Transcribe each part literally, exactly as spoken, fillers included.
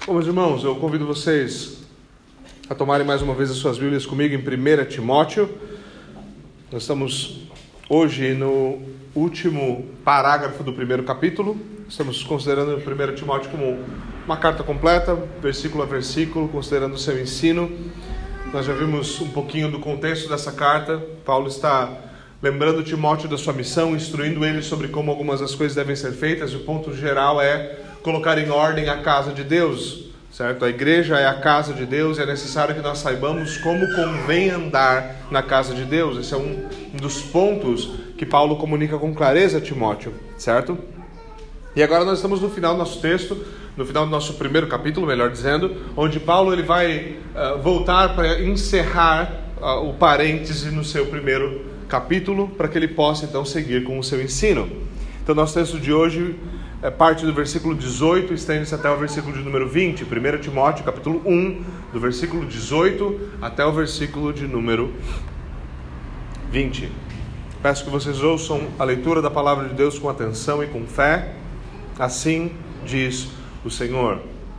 Bom, meus irmãos, eu convido vocês a tomarem mais uma vez as suas Bíblias comigo em primeiro Timóteo. Nós estamos hoje no último parágrafo do primeiro capítulo. Estamos considerando primeiro Timóteo como uma carta completa, versículo a versículo, considerando o seu ensino. Nós já vimos um pouquinho do contexto dessa carta. Paulo está lembrando Timóteo da sua missão, instruindo ele sobre como algumas das coisas devem ser feitas. E o ponto geral é colocar em ordem a casa de Deus, certo? A igreja é a casa de Deus e é necessário que nós saibamos como convém andar na casa de Deus. Esse é um dos pontos que Paulo comunica com clareza a Timóteo, certo? E agora nós estamos no final do nosso texto, no final do nosso primeiro capítulo, melhor dizendo, onde Paulo ele vai uh, voltar para encerrar uh, o parêntese no seu primeiro capítulo, para que ele possa então seguir com o seu ensino. Então nosso texto de hoje é parte do versículo dezoito, estende-se até o versículo de número vinte, primeiro Timóteo capítulo um, do versículo dezoito até o versículo de número vinte. Peço que vocês ouçam a leitura da palavra de Deus com atenção e com fé. Assim diz o Senhor.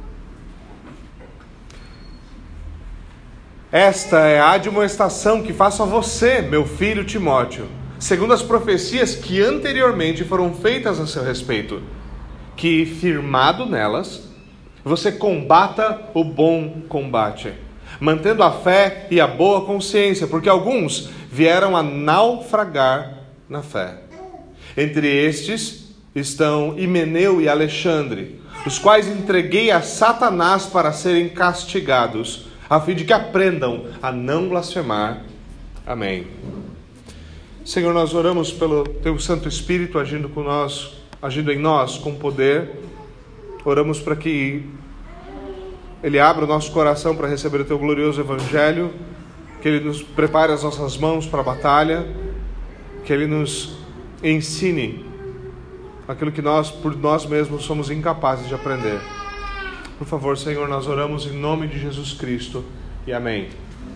Esta é a admoestação que faço a você, meu filho Timóteo, segundo as profecias que anteriormente foram feitas a seu respeito, que, firmado nelas, você combata o bom combate, mantendo a fé e a boa consciência, porque alguns vieram a naufragar na fé. Entre estes estão Himeneu e Alexandre, os quais entreguei a Satanás para serem castigados, a fim de que aprendam a não blasfemar. Amém. Senhor, nós oramos pelo Teu Santo Espírito agindo com nós, agindo em nós com poder. Oramos para que Ele abra o nosso coração para receber o Teu glorioso Evangelho, que Ele nos prepare as nossas mãos para a batalha, que Ele nos ensine aquilo que nós, por nós mesmos, somos incapazes de aprender. Por favor, Senhor, nós oramos em nome de Jesus Cristo e amém.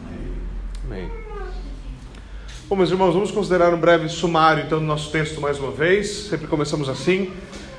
Amém. Bom, meus irmãos, vamos considerar um breve sumário então do nosso texto mais uma vez. Sempre começamos assim.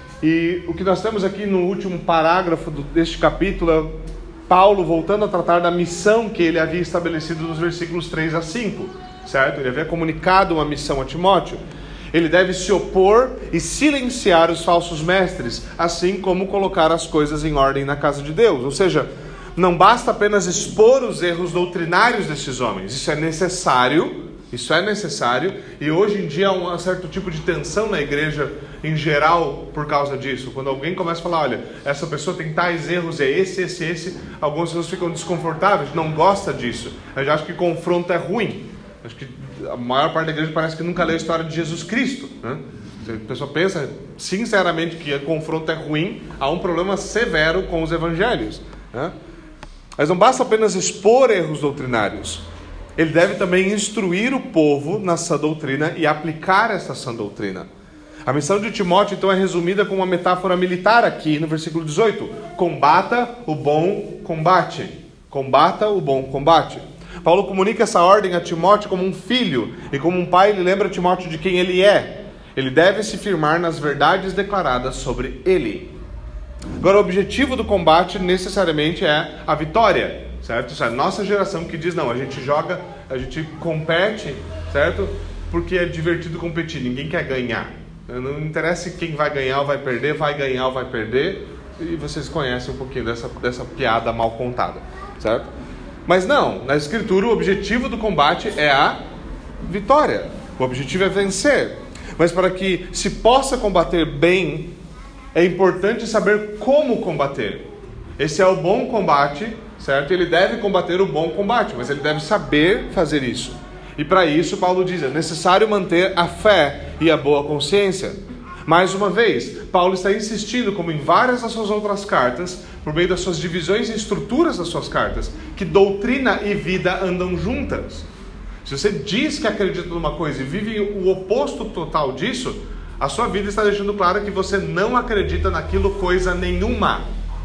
E o que nós temos aqui no último parágrafo deste capítulo é Paulo voltando a tratar da missão que ele havia estabelecido nos versículos três a cinco, certo? Ele havia comunicado uma missão a Timóteo. Ele deve se opor e silenciar os falsos mestres, assim como colocar as coisas em ordem na casa de Deus. Ou seja, não basta apenas expor os erros doutrinários desses homens. Isso é necessário, isso é necessário, e hoje em dia há um certo tipo de tensão na igreja em geral por causa disso. Quando alguém começa a falar, olha, essa pessoa tem tais erros, é esse, esse, esse, algumas pessoas ficam desconfortáveis, não gosta disso. Eu já acho que confronto é ruim. Acho que a maior parte da igreja parece que nunca leu a história de Jesus Cristo, né? A pessoa pensa sinceramente que o confronto é ruim, há um problema severo com os evangelhos, né? Mas não basta apenas expor erros doutrinários. Ele deve também instruir o povo na sã doutrina e aplicar essa sã doutrina. A missão de Timóteo então é resumida com uma metáfora militar aqui no versículo dezoito. Combata o bom combate. Combata o bom combate. Paulo comunica essa ordem a Timóteo como um filho, e como um pai ele lembra Timóteo de quem ele é. Ele deve se firmar nas verdades declaradas sobre ele. Agora, o objetivo do combate necessariamente é a vitória, certo? Isso é a nossa geração que diz, não, a gente joga, a gente compete, certo? Porque é divertido competir, ninguém quer ganhar. Não interessa quem vai ganhar ou vai perder, vai ganhar ou vai perder, e vocês conhecem um pouquinho dessa, dessa piada mal contada, certo? Mas não, na Escritura o objetivo do combate é a vitória. O objetivo é vencer. Mas para que se possa combater bem, é importante saber como combater. Esse é o bom combate, certo? Ele deve combater o bom combate, mas ele deve saber fazer isso. E para isso, Paulo diz, é necessário manter a fé e a boa consciência. Mais uma vez, Paulo está insistindo, como em várias das suas outras cartas, por meio das suas divisões e estruturas das suas cartas, que doutrina e vida andam juntas. Se você diz que acredita numa coisa e vive o oposto total disso, a sua vida está deixando claro que você não acredita naquilo coisa nenhuma.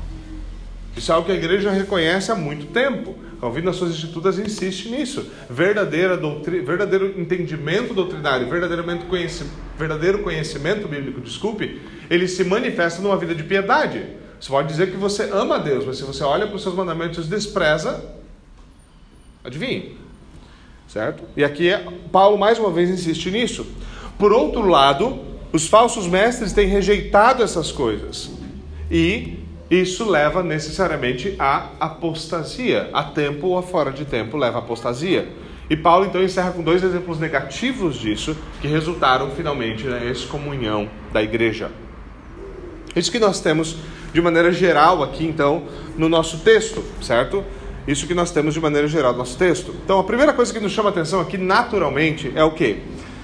Isso é algo que a igreja reconhece há muito tempo. Calvino, nas suas escrituras, insiste nisso. Verdadeira doutri... Verdadeiro entendimento doutrinário, verdadeiramente conheci... verdadeiro conhecimento bíblico, desculpe, ele se manifesta numa vida de piedade. Você pode dizer que você ama a Deus, mas se você olha para os seus mandamentos e os despreza, adivinhe, certo? E aqui Paulo mais uma vez insiste nisso. Por outro lado, os falsos mestres têm rejeitado essas coisas, e isso leva necessariamente à apostasia. A tempo ou a fora de tempo leva à apostasia. E Paulo então encerra com dois exemplos negativos disso, que resultaram finalmente na excomunhão da igreja. Isso que nós temos de maneira geral aqui então no nosso texto, certo? Isso que nós temos de maneira geral no nosso texto. Então a primeira coisa que nos chama a atenção aqui naturalmente é o quê?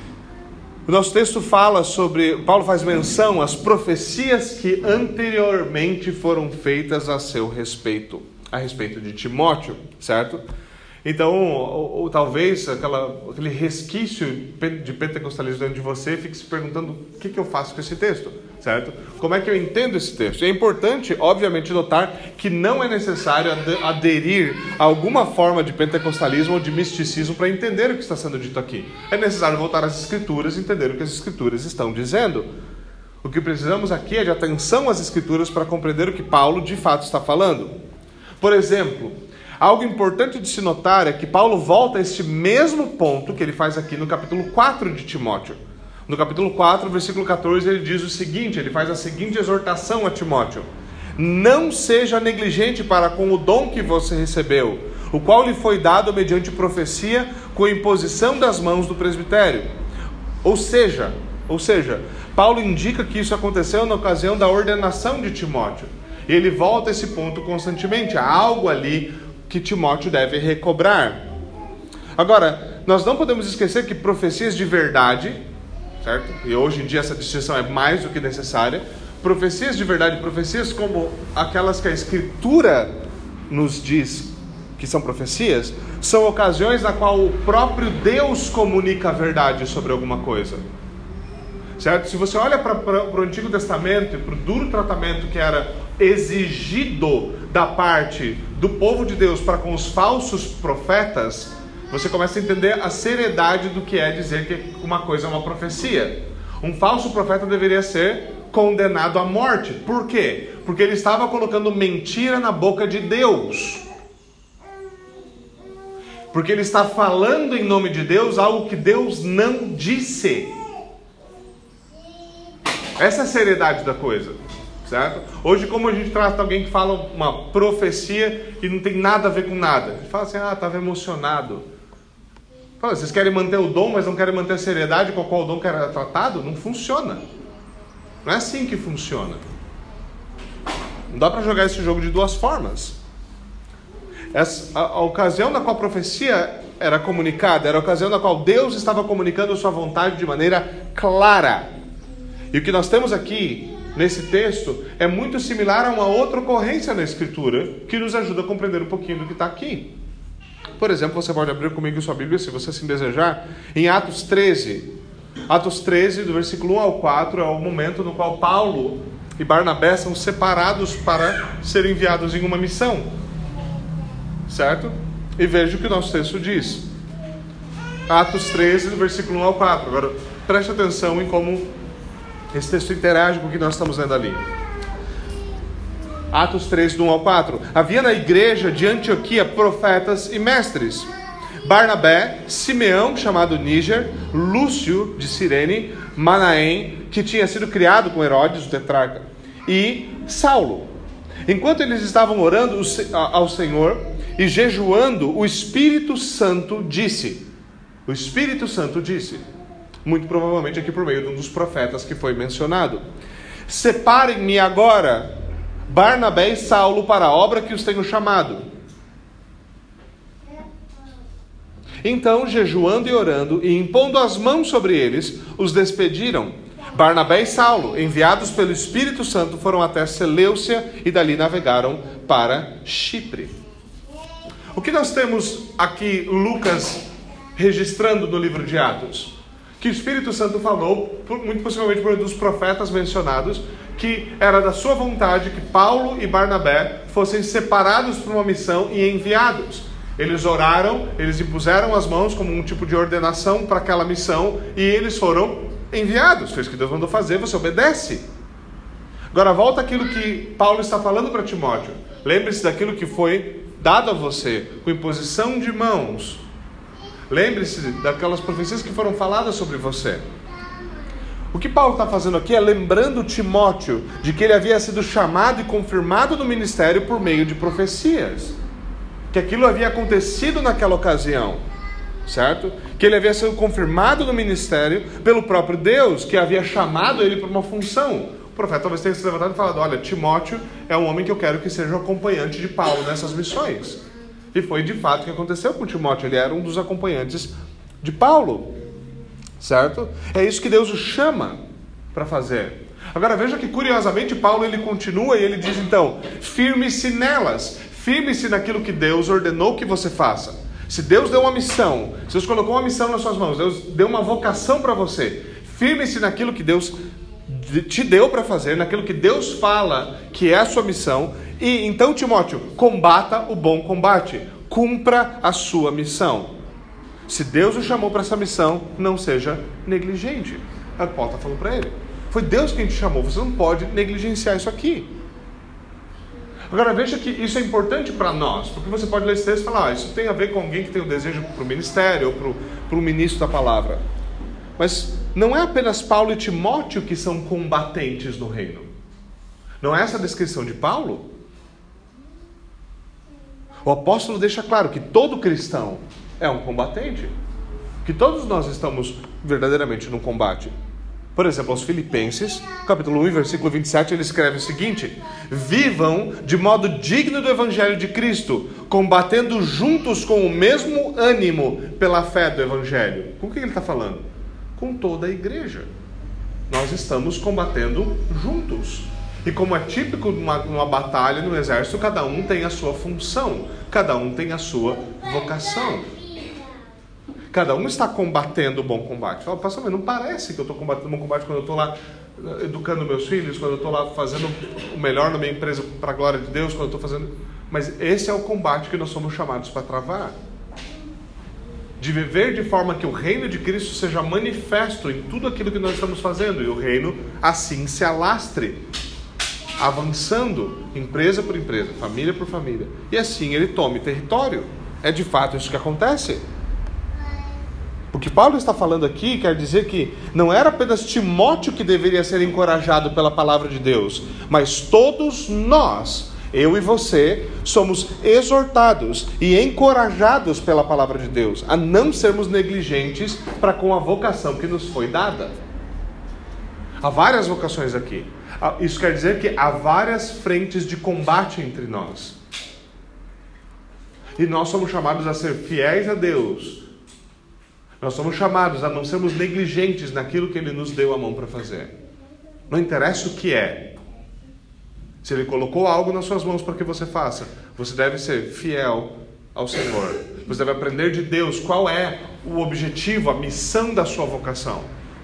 O nosso texto fala sobre, Paulo faz menção às profecias que anteriormente foram feitas a seu respeito, a respeito de Timóteo, certo? Então, ou, ou talvez aquela, aquele resquício de pentecostalismo dentro de você fique se perguntando o que, que eu faço com esse texto, certo? Como é que eu entendo esse texto? É importante, obviamente, notar que não é necessário aderir a alguma forma de pentecostalismo ou de misticismo para entender o que está sendo dito aqui. É necessário voltar às Escrituras e entender o que as Escrituras estão dizendo. O que precisamos aqui é de atenção às Escrituras para compreender o que Paulo de fato está falando. Por exemplo, algo importante de se notar é que Paulo volta a este mesmo ponto que ele faz aqui no capítulo quatro de Timóteo. No capítulo quatro, versículo catorze, ele diz o seguinte, ele faz a seguinte exortação a Timóteo: não seja negligente para com o dom que você recebeu, o qual lhe foi dado mediante profecia, com a imposição das mãos do presbitério. Ou seja, ou seja, Paulo indica que isso aconteceu na ocasião da ordenação de Timóteo. E ele volta a esse ponto constantemente. Há algo ali que Timóteo deve recobrar. Agora, nós não podemos esquecer que profecias de verdade, certo? E hoje em dia essa distinção é mais do que necessária. Profecias de verdade, profecias como aquelas que a Escritura nos diz que são profecias, são ocasiões na qual o próprio Deus comunica a verdade sobre alguma coisa. Certo? Se você olha para o Antigo Testamento e para o duro tratamento que era exigido da parte do povo de Deus para com os falsos profetas, você começa a entender a seriedade do que é dizer que uma coisa é uma profecia. Um falso profeta deveria ser condenado à morte. Por quê? Porque ele estava colocando mentira na boca de Deus. Porque ele está falando em nome de Deus algo que Deus não disse. Essa é a seriedade da coisa, certo? Hoje, como a gente trata alguém que fala uma profecia que não tem nada a ver com nada? A gente fala assim, ah, estava emocionado. Fala, vocês querem manter o dom, mas não querem manter a seriedade com a qual o dom era tratado? Não funciona. Não é assim que funciona. Não dá para jogar esse jogo de duas formas. Essa, a, a ocasião na qual a profecia era comunicada, era a ocasião na qual Deus estava comunicando a sua vontade de maneira clara. E o que nós temos aqui, nesse texto, é muito similar a uma outra ocorrência na Escritura, que nos ajuda a compreender um pouquinho do que está aqui. Por exemplo, você pode abrir comigo sua Bíblia, se você assim desejar, em Atos treze. Atos treze, do versículo um ao quatro, é o momento no qual Paulo e Barnabé são separados para serem enviados em uma missão. Certo? E veja o que o nosso texto diz. Atos treze, do versículo um ao quatro. Agora, preste atenção em como esse texto interage com o que nós estamos lendo ali. Atos treze, do um ao quatro. Havia na igreja de Antioquia profetas e mestres: Barnabé, Simeão, chamado Níger, Lúcio de Cirene, Manaém, que tinha sido criado com Herodes, o tetrarca, e Saulo. Enquanto eles estavam orando ao Senhor e jejuando, o Espírito Santo disse, o Espírito Santo disse, muito provavelmente aqui por meio de um dos profetas que foi mencionado: separem-me agora Barnabé e Saulo para a obra que os tenho chamado. Então, jejuando e orando e impondo as mãos sobre eles, os despediram. Barnabé e Saulo, enviados pelo Espírito Santo, foram até Seleucia e dali navegaram para Chipre. O que nós temos aqui Lucas registrando no livro de Atos? Que o Espírito Santo falou, muito possivelmente por um dos profetas mencionados, que era da sua vontade que Paulo e Barnabé fossem separados para uma missão e enviados. Eles oraram, eles impuseram as mãos como um tipo de ordenação para aquela missão e eles foram enviados. Fez o que Deus mandou fazer, você obedece. Agora volta àquilo que Paulo está falando para Timóteo. Lembre-se daquilo que foi dado a você, com imposição de mãos. Lembre-se daquelas profecias que foram faladas sobre você. O que Paulo está fazendo aqui é lembrando Timóteo de que ele havia sido chamado e confirmado no ministério por meio de profecias. Que aquilo havia acontecido naquela ocasião, certo? Que ele havia sido confirmado no ministério pelo próprio Deus, que havia chamado ele para uma função. O profeta talvez tenha se levantado e falado: olha, Timóteo é um homem que eu quero que seja o acompanhante de Paulo nessas missões. E foi de fato o que aconteceu com Timóteo. Ele era um dos acompanhantes de Paulo, certo? É isso que Deus o chama para fazer. Agora veja que curiosamente Paulo ele continua e ele diz então: firme-se nelas, firme-se naquilo que Deus ordenou que você faça. Se Deus deu uma missão, se Deus colocou uma missão nas suas mãos, Deus deu uma vocação para você, firme-se naquilo que Deus te deu para fazer, naquilo que Deus fala que é a sua missão. E então, Timóteo, combata o bom combate, cumpra a sua missão. Se Deus o chamou para essa missão, não seja negligente. É o que Paulo está falando para ele. Foi Deus quem te chamou, você não pode negligenciar isso aqui. Agora veja que isso é importante para nós, porque você pode ler esse texto e falar: ah, isso tem a ver com alguém que tem o desejo para o ministério ou para o, para o ministro da palavra. Mas não é apenas Paulo e Timóteo que são combatentes no reino. Não é essa a descrição de Paulo? O apóstolo deixa claro que todo cristão é um combatente, que todos nós estamos verdadeiramente no combate. Por exemplo, aos Filipenses, capítulo um, versículo vinte e sete, ele escreve o seguinte: vivam de modo digno do evangelho de Cristo, combatendo juntos com o mesmo ânimo pela fé do evangelho. Com o que ele está falando? Com toda a igreja. Nós estamos combatendo juntos. E como é típico numa, numa batalha no exército, cada um tem a sua função, cada um tem a sua vocação. Cada um está combatendo o bom combate. Fala: pastor, mas não parece que eu estou combatendo o bom combate quando eu estou lá educando meus filhos, quando eu estou lá fazendo o melhor na minha empresa para a glória de Deus, quando eu estou fazendo... Mas esse é o combate que nós somos chamados para travar. De viver de forma que o reino de Cristo seja manifesto em tudo aquilo que nós estamos fazendo, e o reino assim se alastre, avançando empresa por empresa, família por família, e assim ele tome território. É de fato isso que acontece. O que Paulo está falando aqui quer dizer que não era apenas Timóteo que deveria ser encorajado pela palavra de Deus, mas todos nós, eu e você, somos exortados e encorajados pela palavra de Deus a não sermos negligentes para com a vocação que nos foi dada. Há várias vocações aqui. Isso quer dizer que há várias frentes de combate entre nós. E nós somos chamados a ser fiéis a Deus. Nós somos chamados a não sermos negligentes naquilo que Ele nos deu a mão para fazer. Não interessa o que é. Se Ele colocou algo nas suas mãos para que você faça, você deve ser fiel ao Senhor. Você deve aprender de Deus qual é o objetivo, a missão da sua vocação.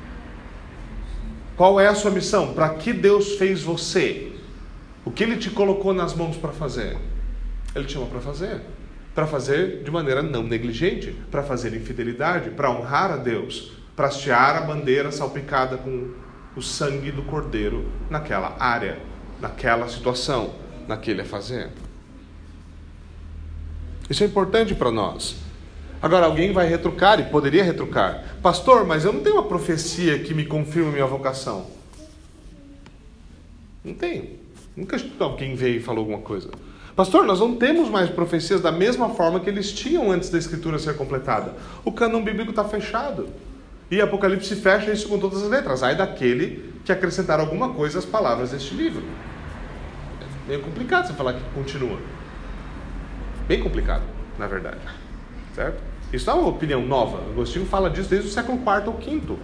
Qual é a sua missão? Para que Deus fez você? O que Ele te colocou nas mãos para fazer? Ele te chamou para fazer. Para fazer de maneira não negligente, para fazer em fidelidade, para honrar a Deus, para hastear a bandeira salpicada com o sangue do Cordeiro naquela área, naquela situação, naquele a fazer. Isso é importante para nós. Agora, alguém vai retrucar, e poderia retrucar: pastor, mas eu não tenho uma profecia que me confirme minha vocação. Não tenho. Nunca alguém veio e falou alguma coisa. Pastor, nós não temos mais profecias da mesma forma que eles tinham antes da Escritura ser completada. O cânon bíblico está fechado. E Apocalipse fecha isso com todas as letras. Ai daquele que acrescentar alguma coisa às palavras deste livro. É meio complicado você falar que continua. Bem complicado, na verdade. Certo? Isso não é uma opinião nova. Agostinho fala disso desde o século quarto ou quinto.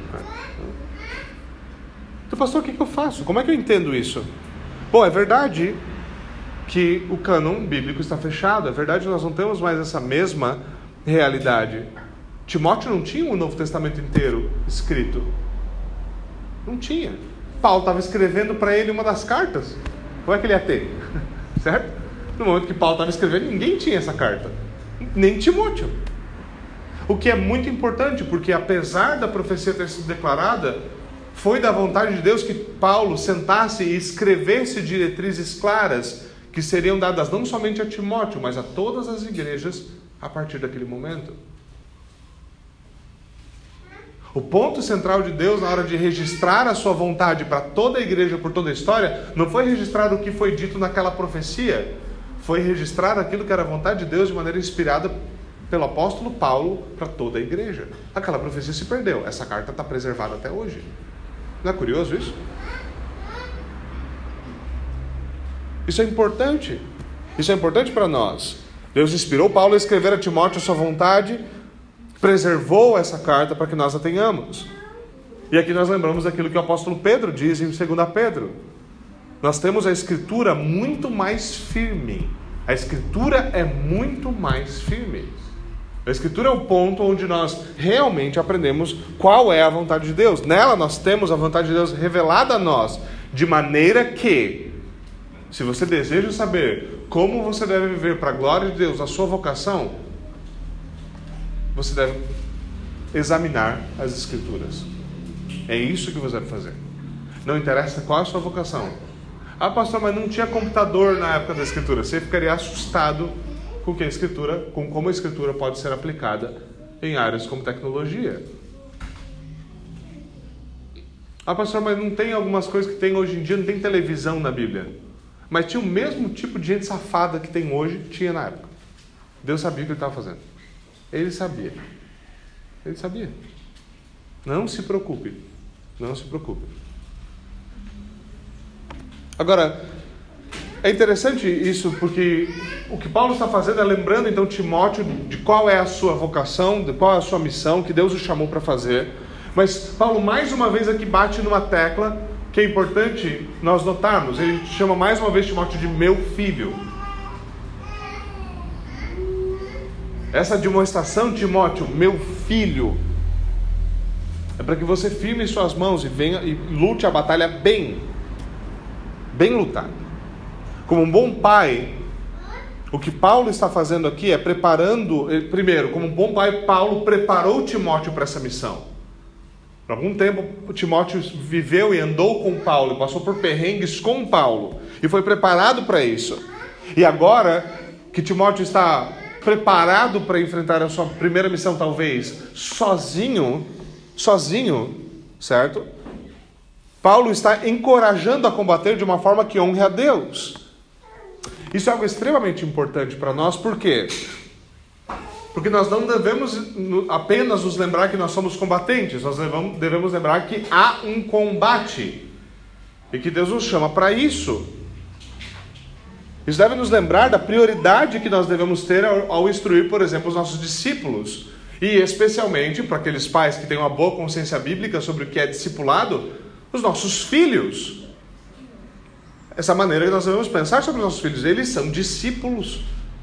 Então, pastor, o que eu faço? Como é que eu entendo isso? Bom, é verdade que o cânon bíblico está fechado. É verdade que nós não temos mais essa mesma realidade. Timóteo não tinha o Novo Testamento inteiro escrito. Não tinha. Paulo estava escrevendo para ele uma das cartas. Como é que ele ia ter? Certo? No momento que Paulo estava escrevendo, ninguém tinha essa carta. Nem Timóteo. O que é muito importante, porque apesar da profecia ter sido declarada, Foi da vontade de Deus que Paulo sentasse e escrevesse diretrizes claras que seriam dadas não somente a Timóteo, mas a todas as igrejas a partir daquele momento. O ponto central de Deus na hora de registrar a sua vontade para toda a igreja, por toda a história, não foi registrar o que foi dito naquela profecia, foi registrar aquilo que era a vontade de Deus de maneira inspirada pelo apóstolo Paulo para toda a igreja. Aquela profecia se perdeu, essa carta está preservada até hoje. Não é curioso isso? Isso é importante. Isso é importante para nós. Deus inspirou Paulo a escrever a Timóteo a sua vontade, preservou essa carta para que nós a tenhamos. E aqui nós lembramos daquilo que o apóstolo Pedro diz em segunda Pedro. Nós temos a escritura muito mais firme. A escritura é muito mais firme. A escritura é o ponto onde nós realmente aprendemos qual é a vontade de Deus. Nela nós temos a vontade de Deus revelada a nós, de maneira que, se você deseja saber como você deve viver para a glória de Deus, a sua vocação, você deve examinar as escrituras. É isso que você deve fazer. Não interessa qual é a sua vocação. Ah, pastor, mas não tinha computador na época da escritura. Você ficaria assustado com que a escritura, com como a escritura pode ser aplicada em áreas como tecnologia. Ah, pastor, mas não tem algumas coisas que tem hoje em dia, não tem televisão na Bíblia. Mas tinha o mesmo tipo de gente safada que tem hoje, tinha na época. Deus sabia o que ele estava fazendo. Ele sabia. Ele sabia. Não se preocupe. Não se preocupe. Agora, é interessante isso, porque o que Paulo está fazendo é lembrando então Timóteo de qual é a sua vocação, de qual é a sua missão, que Deus o chamou para fazer. Mas Paulo mais uma vez aqui bate numa tecla que é importante nós notarmos. Ele chama mais uma vez Timóteo de meu filho. Essa demonstração, Timóteo, meu filho, é para que você firme suas mãos e venha e lute a batalha bem, bem lutado. Como um bom pai, o que Paulo está fazendo aqui é preparando, primeiro, como um bom pai, Paulo preparou Timóteo para essa missão. Por algum tempo, Timóteo viveu e andou com Paulo, passou por perrengues com Paulo, e foi preparado para isso. E agora que Timóteo está preparado para enfrentar a sua primeira missão, talvez, sozinho, sozinho, certo? Paulo está encorajando a combater de uma forma que honre a Deus. Isso é algo extremamente importante para nós, por quê? Porque nós não devemos apenas nos lembrar que nós somos combatentes, nós devemos lembrar que há um combate e que Deus nos chama para isso. Isso deve nos lembrar da prioridade que nós devemos ter ao, ao instruir, por exemplo, os nossos discípulos, e especialmente para aqueles pais que têm uma boa consciência bíblica sobre o que é discipulado, os nossos filhos. Essa maneira que nós devemos pensar sobre os nossos filhos. Eles são discípulos.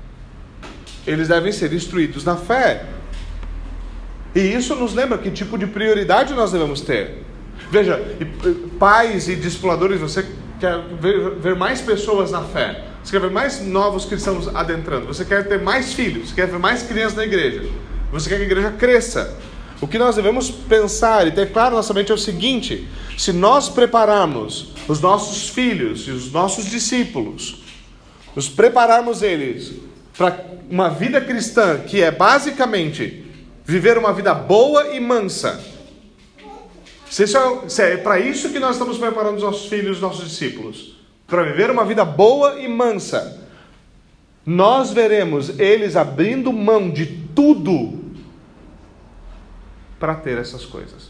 Eles devem ser instruídos na fé. E isso nos lembra que tipo de prioridade nós devemos ter. Veja, pais e discipuladores, você quer ver, ver mais pessoas na fé. Você quer ver mais novos cristãos adentrando. Você quer ter mais filhos. Você quer ver mais crianças na igreja. Você quer que a igreja cresça. O que nós devemos pensar e ter claro na nossa mente é o seguinte: se nós prepararmos os nossos filhos e os nossos discípulos, nos prepararmos eles para uma vida cristã que é basicamente viver uma vida boa e mansa, se, isso é, se é para isso que nós estamos preparando os nossos filhos e os nossos discípulos, para viver uma vida boa e mansa, nós veremos eles abrindo mão de tudo para ter essas coisas.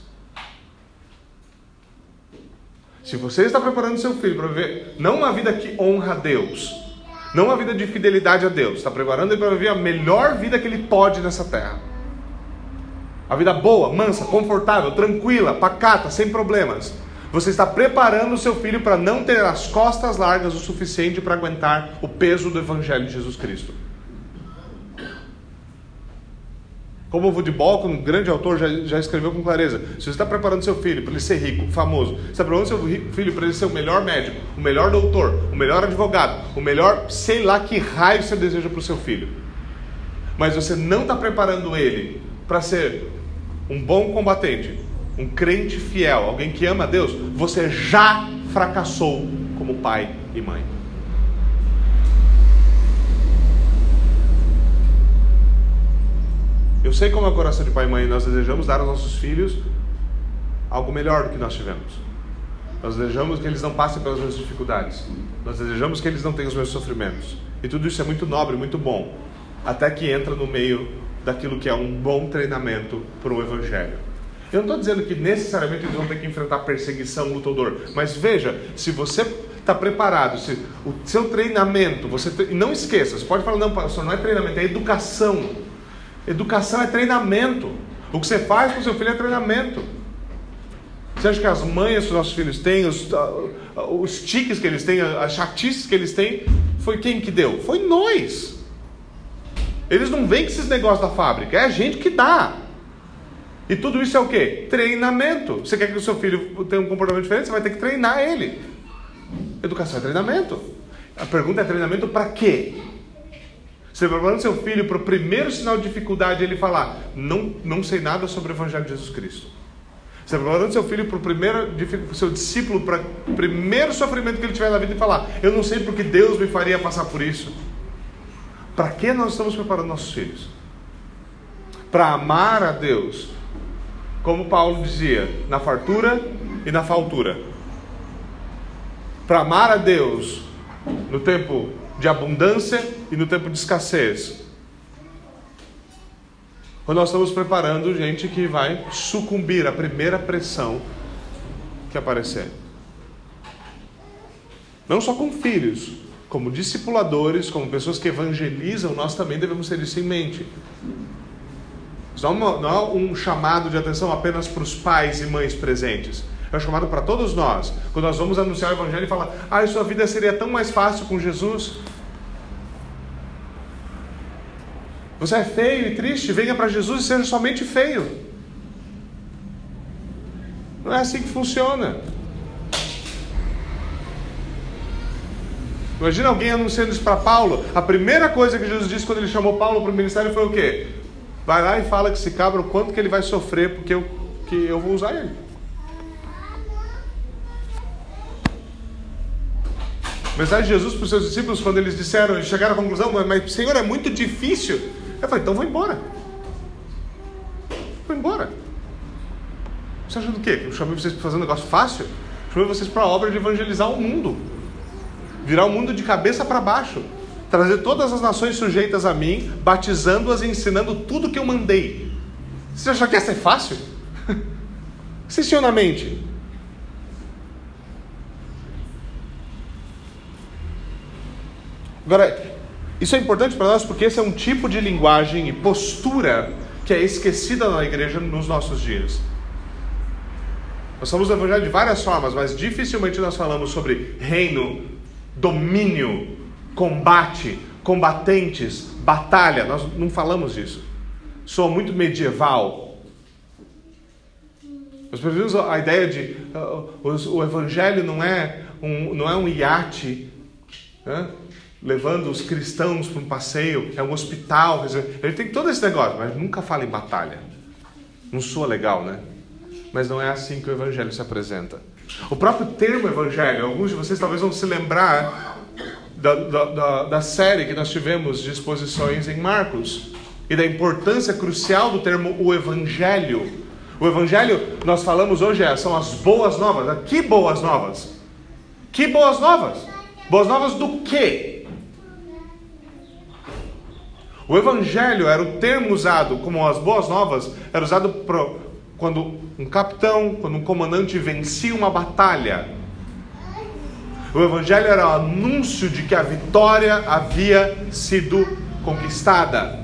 Se você está preparando seu filho para viver não uma vida que honra a Deus, não uma vida de fidelidade a Deus, está preparando ele para viver a melhor vida que ele pode nessa terra, a vida boa, mansa, confortável, tranquila, pacata, sem problemas, você está preparando o seu filho para não ter as costas largas o suficiente para aguentar o peso do Evangelho de Jesus Cristo. Como o Woody Balcon, um grande autor, já, já escreveu com clareza: se você está preparando seu filho para ele ser rico, famoso, você está preparando seu filho para ele ser o melhor médico, o melhor doutor, o melhor advogado, o melhor, sei lá que raio você deseja para o seu filho, mas você não está preparando ele para ser um bom combatente, um crente fiel, alguém que ama a Deus, você já fracassou como pai e mãe. Eu sei como é o coração de pai e mãe. Nós desejamos dar aos nossos filhos algo melhor do que nós tivemos. Nós desejamos que eles não passem pelas mesmas dificuldades. Nós desejamos que eles não tenham os mesmos sofrimentos. E tudo isso é muito nobre, muito bom, até que entra no meio daquilo que é um bom treinamento para o Evangelho. Eu não estou dizendo que necessariamente eles vão ter que enfrentar perseguição, luta ou dor. Mas veja, se você está preparado, se o seu treinamento, você tre... não esqueça, você pode falar, não, pastor, não é treinamento, é educação. Educação é treinamento. O que você faz com o seu filho é treinamento. Você acha que as manhas que os nossos filhos têm, os, os tiques que eles têm, as chatices que eles têm, foi quem que deu? Foi nós. Eles não vêm com esses negócios da fábrica, é a gente que dá. E tudo isso é o quê? Treinamento. Você quer que o seu filho tenha um comportamento diferente, você vai ter que treinar ele. Educação é treinamento. A pergunta é: treinamento para quê? Você preparando seu filho para o primeiro sinal de dificuldade, ele falar, não, não sei nada sobre o Evangelho de Jesus Cristo. Você preparando seu filho para o primeiro, seu discípulo, para o primeiro sofrimento que ele tiver na vida, e falar, eu não sei porque Deus me faria passar por isso. Para que nós estamos preparando nossos filhos? Para amar a Deus, como Paulo dizia, na fartura e na faltura. Para amar a Deus no tempo de abundância e no tempo de escassez. Quando nós estamos preparando gente que vai sucumbir à primeira pressão que aparecer. Não só com filhos, como discipuladores, como pessoas que evangelizam, nós também devemos ter isso em mente. Isso não é um chamado de atenção apenas para os pais e mães presentes. É um chamado para todos nós. Quando nós vamos anunciar o Evangelho e falar, ah, sua vida seria tão mais fácil com Jesus. Você é feio e triste, venha para Jesus e seja somente feio. Não é assim que funciona. Imagina alguém anunciando isso para Paulo. A primeira coisa que Jesus disse quando ele chamou Paulo para o ministério foi o quê? Vai lá e fala que esse cabra, o quanto que ele vai sofrer, porque eu, que eu vou usar ele. A mensagem de Jesus para os seus discípulos, quando eles disseram, eles chegaram à conclusão, mas Senhor, é muito difícil. Eu falei, então vou embora. Vou embora. Você acha do quê? Que eu chamei vocês para fazer um negócio fácil? Eu chamei vocês para a obra de evangelizar o mundo. Virar o mundo de cabeça para baixo. Trazer todas as nações sujeitas a mim, batizando-as e ensinando tudo que eu mandei. Você acha que ia ser fácil? Vocês tinham na mente. Agora, isso é importante para nós porque esse é um tipo de linguagem e postura que é esquecida na igreja nos nossos dias. Nós falamos do evangelho de várias formas, mas dificilmente nós falamos sobre reino, domínio, combate, combatentes, batalha. Nós não falamos disso. Soa muito medieval. Nós preferimos a ideia de uh, o, o evangelho não é um, não é um iate, né? Levando os cristãos para um passeio, é um hospital. Ele tem todo esse negócio, mas nunca fala em batalha. Não soa legal, né? Mas não é assim que o evangelho se apresenta. O próprio termo evangelho, alguns de vocês talvez vão se lembrar da, da, da, da série que nós tivemos de exposições em Marcos e da importância crucial do termo o evangelho. O evangelho, nós falamos hoje, é, são as boas novas. Que boas novas? Que boas novas? Boas novas do quê? O evangelho era o termo usado como as boas novas, era usado pro, quando um capitão, quando um comandante vencia uma batalha. O evangelho era o anúncio de que a vitória havia sido conquistada.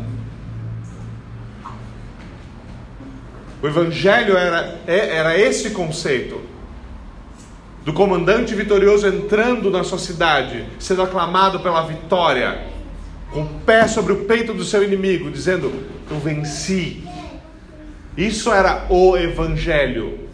O evangelho era, era esse conceito do comandante vitorioso entrando na sua cidade, sendo aclamado pela vitória, com o pé sobre o peito do seu inimigo, dizendo, eu venci. Isso era o evangelho.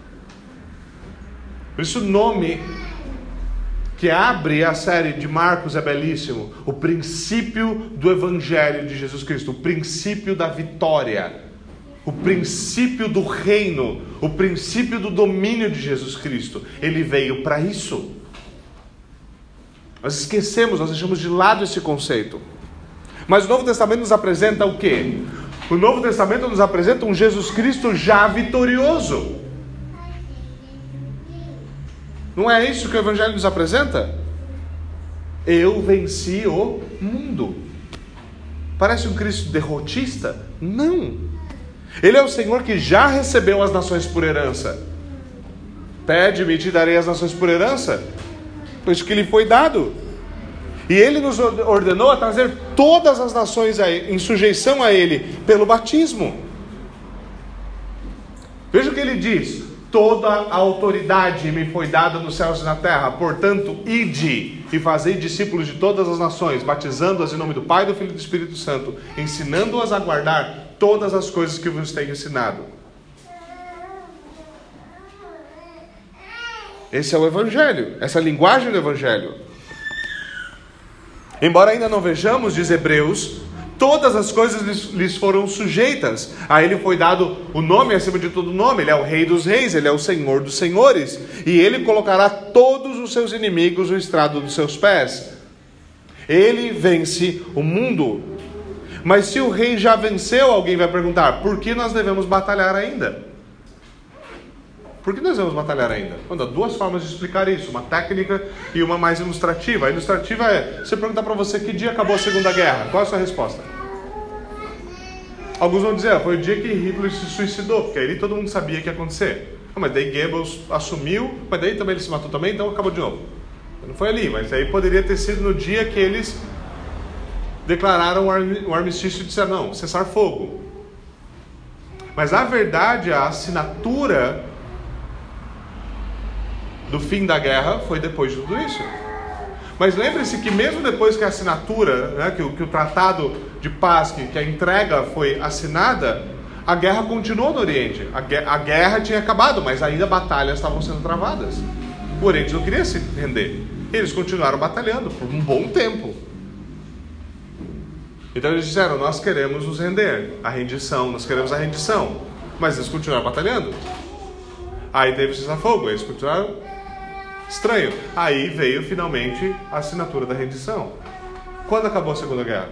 Por isso o nome que abre a série de Marcos é belíssimo. O princípio do evangelho de Jesus Cristo. O princípio da vitória. o princípio do reino, o princípio do domínio de Jesus Cristo. Ele veio para isso. Nós esquecemos, nós deixamos de lado esse conceito. Mas o Novo Testamento nos apresenta o quê? O Novo Testamento nos apresenta um Jesus Cristo já vitorioso. Não é isso que o Evangelho nos apresenta? Eu venci o mundo. Parece um Cristo derrotista? Não. Ele é o Senhor que já recebeu as nações por herança. Pede-me e te darei as nações por herança. Pois que lhe foi dado. E Ele nos ordenou a trazer todas as nações em sujeição a Ele pelo batismo. Veja o que Ele diz: toda a autoridade me foi dada nos céus e na terra, portanto, ide e fazei discípulos de todas as nações, batizando-as em nome do Pai, do Filho e do Espírito Santo, ensinando-as a guardar todas as coisas que vos tenho ensinado. Esse é o Evangelho, essa é a linguagem do Evangelho. Embora ainda não vejamos, diz Hebreus, todas as coisas lhes, lhes foram sujeitas. A Ele foi dado o nome acima de todo nome. Ele é o Rei dos Reis, Ele é o Senhor dos Senhores. E Ele colocará todos os seus inimigos no estrado dos seus pés. Ele vence o mundo. Mas se o Rei já venceu, alguém vai perguntar: por que nós devemos batalhar ainda? Por que nós devemos batalhar ainda? Quando há duas formas de explicar isso, uma técnica e uma mais ilustrativa. A ilustrativa é, se eu perguntar para você que dia acabou a Segunda Guerra, qual é a sua resposta? Alguns vão dizer, ah, foi o dia que Hitler se suicidou, porque aí todo mundo sabia que ia acontecer. Ah, mas daí Goebbels assumiu, mas daí também ele se matou também, então acabou de novo. Não foi ali, mas aí poderia ter sido no dia que eles declararam o armistício e disseram, não, cessar fogo. Mas na verdade a assinatura do fim da guerra foi depois de tudo isso. Mas lembre-se que mesmo depois que a assinatura, né, que, o, que o tratado de paz, que, que a entrega foi assinada, a guerra continuou no Oriente. A, a guerra tinha acabado, mas ainda batalhas estavam sendo travadas. O Oriente não queria se render. Eles continuaram batalhando por um bom tempo. Então eles disseram, nós queremos nos render. A rendição, nós queremos a rendição. Mas eles continuaram batalhando. Aí teve o cessar-fogo, eles continuaram. Estranho. Aí veio finalmente a assinatura da rendição. Quando acabou a Segunda Guerra?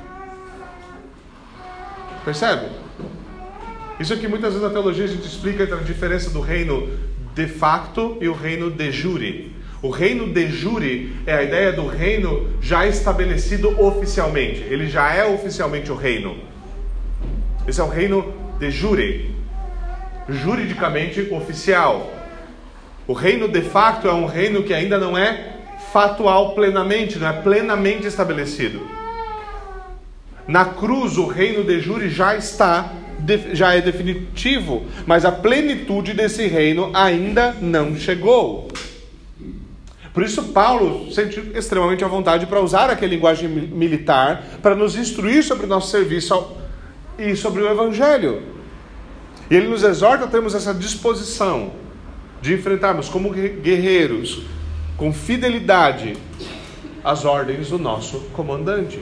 Percebe? Isso aqui muitas vezes na teologia a gente explica a diferença do reino de facto e o reino de jure. O reino de jure é a ideia do reino já estabelecido oficialmente. Ele já é oficialmente o reino. Esse é o reino de jure. Juridicamente oficial. O reino de facto é um reino que ainda não é fatual plenamente, não é plenamente estabelecido. Na cruz o reino de jure já está, já é definitivo, mas a plenitude desse reino ainda não chegou. Por isso Paulo sente extremamente à vontade para usar aquela linguagem militar para nos instruir sobre o nosso serviço ao, e sobre o Evangelho. E ele nos exorta a termos essa disposição de enfrentarmos como guerreiros, com fidelidade, as ordens do nosso comandante.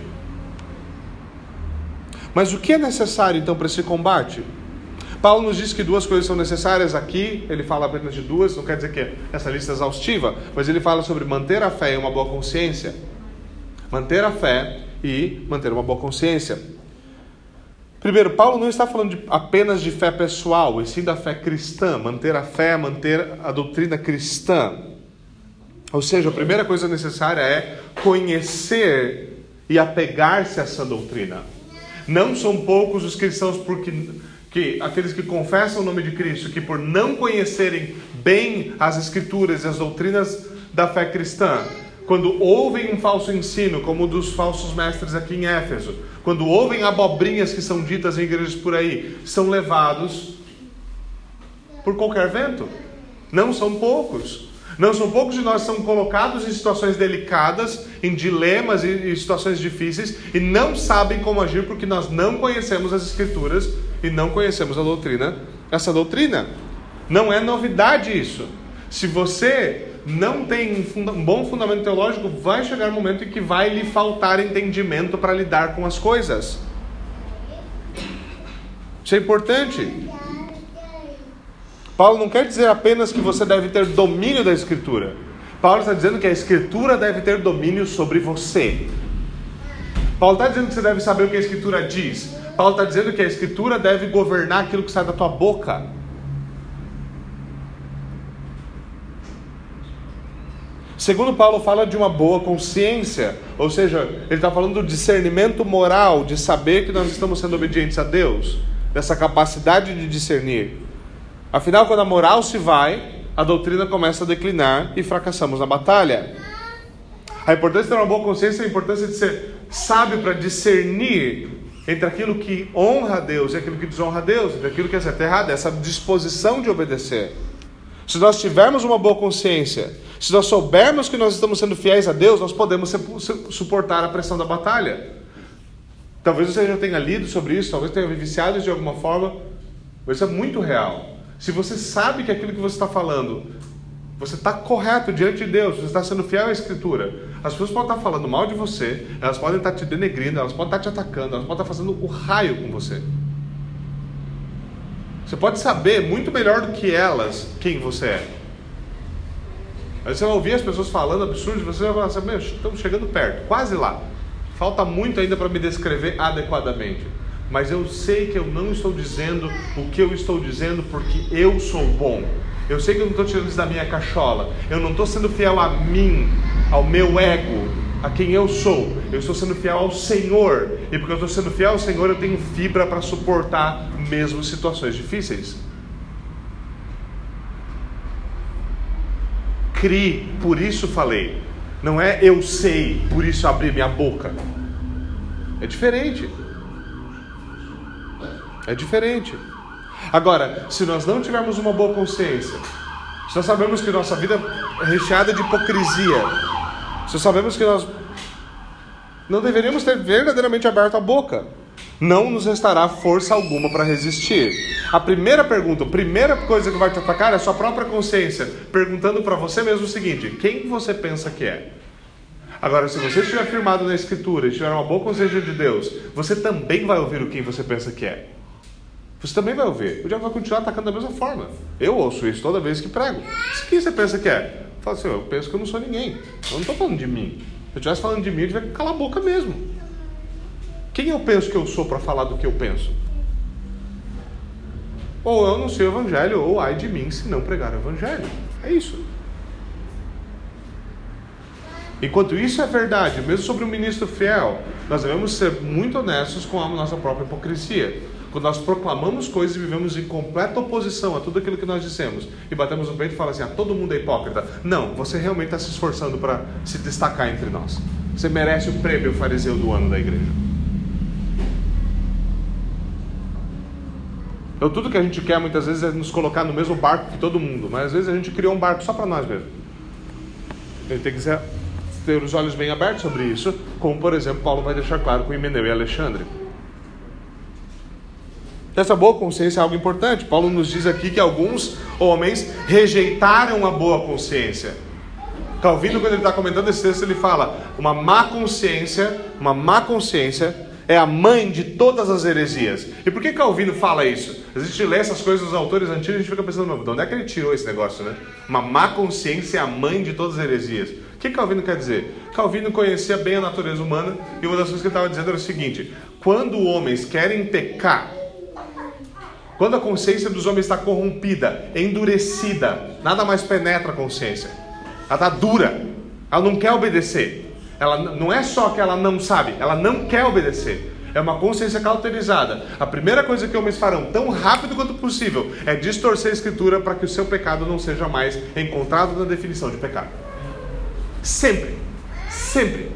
Mas o que é necessário então para esse combate? Paulo nos diz que duas coisas são necessárias aqui, ele fala apenas de duas, não quer dizer que essa lista é exaustiva, mas ele fala sobre manter a fé e uma boa consciência. Manter a fé e manter uma boa consciência. Primeiro, Paulo não está falando de, apenas de fé pessoal, e sim da fé cristã. Manter a fé, manter a doutrina cristã. Ou seja, a primeira coisa necessária é conhecer e apegar-se a essa doutrina. Não são poucos os cristãos, porque, que, aqueles que confessam o nome de Cristo, que por não conhecerem bem as Escrituras e as doutrinas da fé cristã, quando ouvem um falso ensino, como o dos falsos mestres aqui em Éfeso, quando ouvem abobrinhas que são ditas em igrejas por aí, são levados por qualquer vento. Não são poucos. Não são poucos de nós que são colocados em situações delicadas, em dilemas e situações difíceis, e não sabem como agir porque nós não conhecemos as Escrituras e não conhecemos a doutrina, essa doutrina. Não é novidade isso. Se você não tem um bom fundamento teológico, vai chegar um momento em que vai lhe faltar entendimento para lidar com as coisas. Isso é importante. Paulo não quer dizer apenas que você deve ter domínio da Escritura. Paulo está dizendo que a Escritura deve ter domínio sobre você. Paulo está dizendo que você deve saber o que a Escritura diz. Paulo está dizendo que a Escritura deve governar aquilo que sai da tua boca. Segundo Paulo, fala de uma boa consciência. Ou seja, ele está falando do discernimento moral, de saber que nós estamos sendo obedientes a Deus. Dessa capacidade de discernir. Afinal, quando a moral se vai, a doutrina começa a declinar e fracassamos na batalha. A importância de ter uma boa consciência é a importância de ser sábio para discernir entre aquilo que honra a Deus e aquilo que desonra a Deus, entre aquilo que é certo e errado, essa disposição de obedecer. Se nós tivermos uma boa consciência, se nós soubermos que nós estamos sendo fiéis a Deus, nós podemos suportar a pressão da batalha. Talvez você já tenha lido sobre isso, talvez tenha viciado de alguma forma, mas isso é muito real. Se você sabe que aquilo que você está falando, você está correto diante de Deus, você está sendo fiel à Escritura, as pessoas podem estar falando mal de você, elas podem estar te denegrindo, elas podem estar te atacando, elas podem estar fazendo o raio com você. Você pode saber muito melhor do que elas quem você é. Aí você vai ouvir as pessoas falando absurdos, você vai falar assim, meu, estamos chegando perto, quase lá. Falta muito ainda para me descrever adequadamente. Mas eu sei que eu não estou dizendo o que eu estou dizendo porque eu sou bom. Eu sei que eu não estou tirando isso da minha cachola. Eu não estou sendo fiel a mim, ao meu ego, a quem eu sou. Eu estou sendo fiel ao Senhor. E porque eu estou sendo fiel ao Senhor, eu tenho fibra para suportar mesmo situações difíceis. Cri, por isso falei. Não é eu sei, por isso abri minha boca. É diferente. É diferente. Agora, se nós não tivermos uma boa consciência, se nós sabemos que nossa vida é recheada de hipocrisia, se nós sabemos que nós não deveríamos ter verdadeiramente aberto a boca, não nos restará força alguma para resistir. A primeira pergunta, a primeira coisa que vai te atacar é a sua própria consciência, perguntando para você mesmo o seguinte: quem você pensa que é? Agora, se você estiver firmado na Escritura e tiver uma boa consciência de Deus, você também vai ouvir o quem você pensa que é. Você também vai ouvir. O diabo vai continuar atacando da mesma forma. Eu ouço isso toda vez que prego. Quem você pensa que é? Fala assim, eu penso que eu não sou ninguém. Eu não estou falando de mim. Se eu estivesse falando de mim, eu devia calar a boca mesmo. Quem eu penso que eu sou para falar do que eu penso? Ou eu não sei o Evangelho, ou ai de mim se não pregar o Evangelho. É isso. Enquanto isso é verdade, mesmo sobre um ministro fiel, nós devemos ser muito honestos com a nossa própria hipocrisia. Quando nós proclamamos coisas e vivemos em completa oposição a tudo aquilo que nós dissemos, e batemos no peito e falamos assim, ah, todo mundo é hipócrita. Não, você realmente está se esforçando para se destacar entre nós. Você merece o prêmio fariseu do ano da igreja. Então tudo que a gente quer muitas vezes é nos colocar no mesmo barco que todo mundo, mas às vezes a gente criou um barco só para nós mesmo. A gente tem que ser, ter os olhos bem abertos sobre isso, como por exemplo Paulo vai deixar claro com Himeneu e Alexandre. Essa boa consciência é algo importante. Paulo nos diz aqui que alguns homens rejeitaram a boa consciência. Calvino, quando ele está comentando esse texto, ele fala, uma má consciência, uma má consciência é a mãe de todas as heresias. E por que Calvino fala isso? A gente lê essas coisas dos autores antigos e a gente fica pensando, de onde é que ele tirou esse negócio, né? Uma má consciência é a mãe de todas as heresias. O que Calvino quer dizer? Calvino conhecia bem a natureza humana e uma das coisas que ele estava dizendo era o seguinte, quando homens querem pecar, quando a consciência dos homens está corrompida, endurecida, nada mais penetra a consciência. Ela está dura, ela não quer obedecer. Ela não é só que ela não sabe, ela não quer obedecer. É uma consciência cauterizada. A primeira coisa que homens farão, tão rápido quanto possível, é distorcer a Escritura para que o seu pecado não seja mais encontrado na definição de pecado. Sempre, sempre.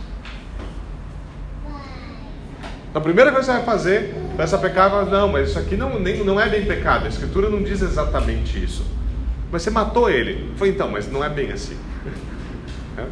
A primeira coisa que você vai fazer, vai se pecar e falar, não, mas isso aqui não, nem, não é bem pecado, a Escritura não diz exatamente isso. Mas você matou ele. Eu falei, então, mas não é bem assim. É.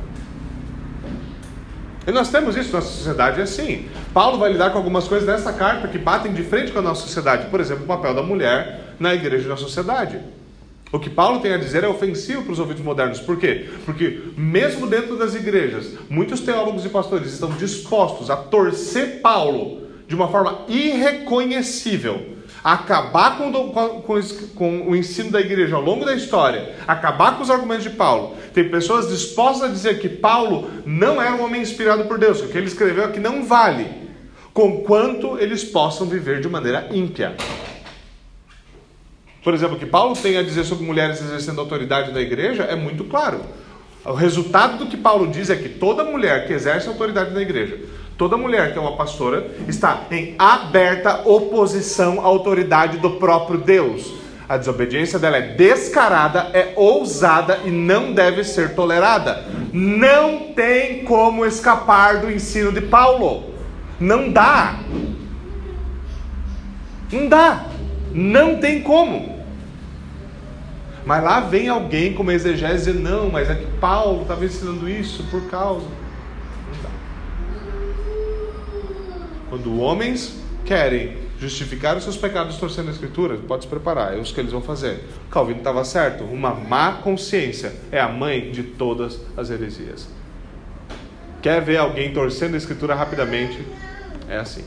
E nós temos isso, nossa sociedade é assim. Paulo vai lidar com algumas coisas nessa carta que batem de frente com a nossa sociedade. Por exemplo, o papel da mulher na igreja e na sociedade. O que Paulo tem a dizer é ofensivo para os ouvidos modernos. Por quê? Porque mesmo dentro das igrejas, muitos teólogos e pastores estão dispostos a torcer Paulo de uma forma irreconhecível, acabar com, com, com, com o ensino da igreja ao longo da história, acabar com os argumentos de Paulo. Tem pessoas dispostas a dizer que Paulo não era um homem inspirado por Deus, que o que ele escreveu aqui não vale, conquanto eles possam viver de maneira ímpia. Por exemplo, o que Paulo tem a dizer sobre mulheres exercendo autoridade na igreja é muito claro. O resultado do que Paulo diz é que toda mulher que exerce autoridade na igreja, toda mulher que é uma pastora, está em aberta oposição à autoridade do próprio Deus. A desobediência dela é descarada, é ousada e não deve ser tolerada. Não tem como escapar do ensino de Paulo. Não dá. Não dá. Não tem como. Mas lá vem alguém com uma exegese e diz, não, mas é que Paulo estava ensinando isso por causa. Não dá. Quando homens querem justificar os seus pecados torcendo a Escritura, pode se preparar, é isso que eles vão fazer. Calvino estava certo, uma má consciência é a mãe de todas as heresias. Quer ver alguém torcendo a Escritura rapidamente? É assim.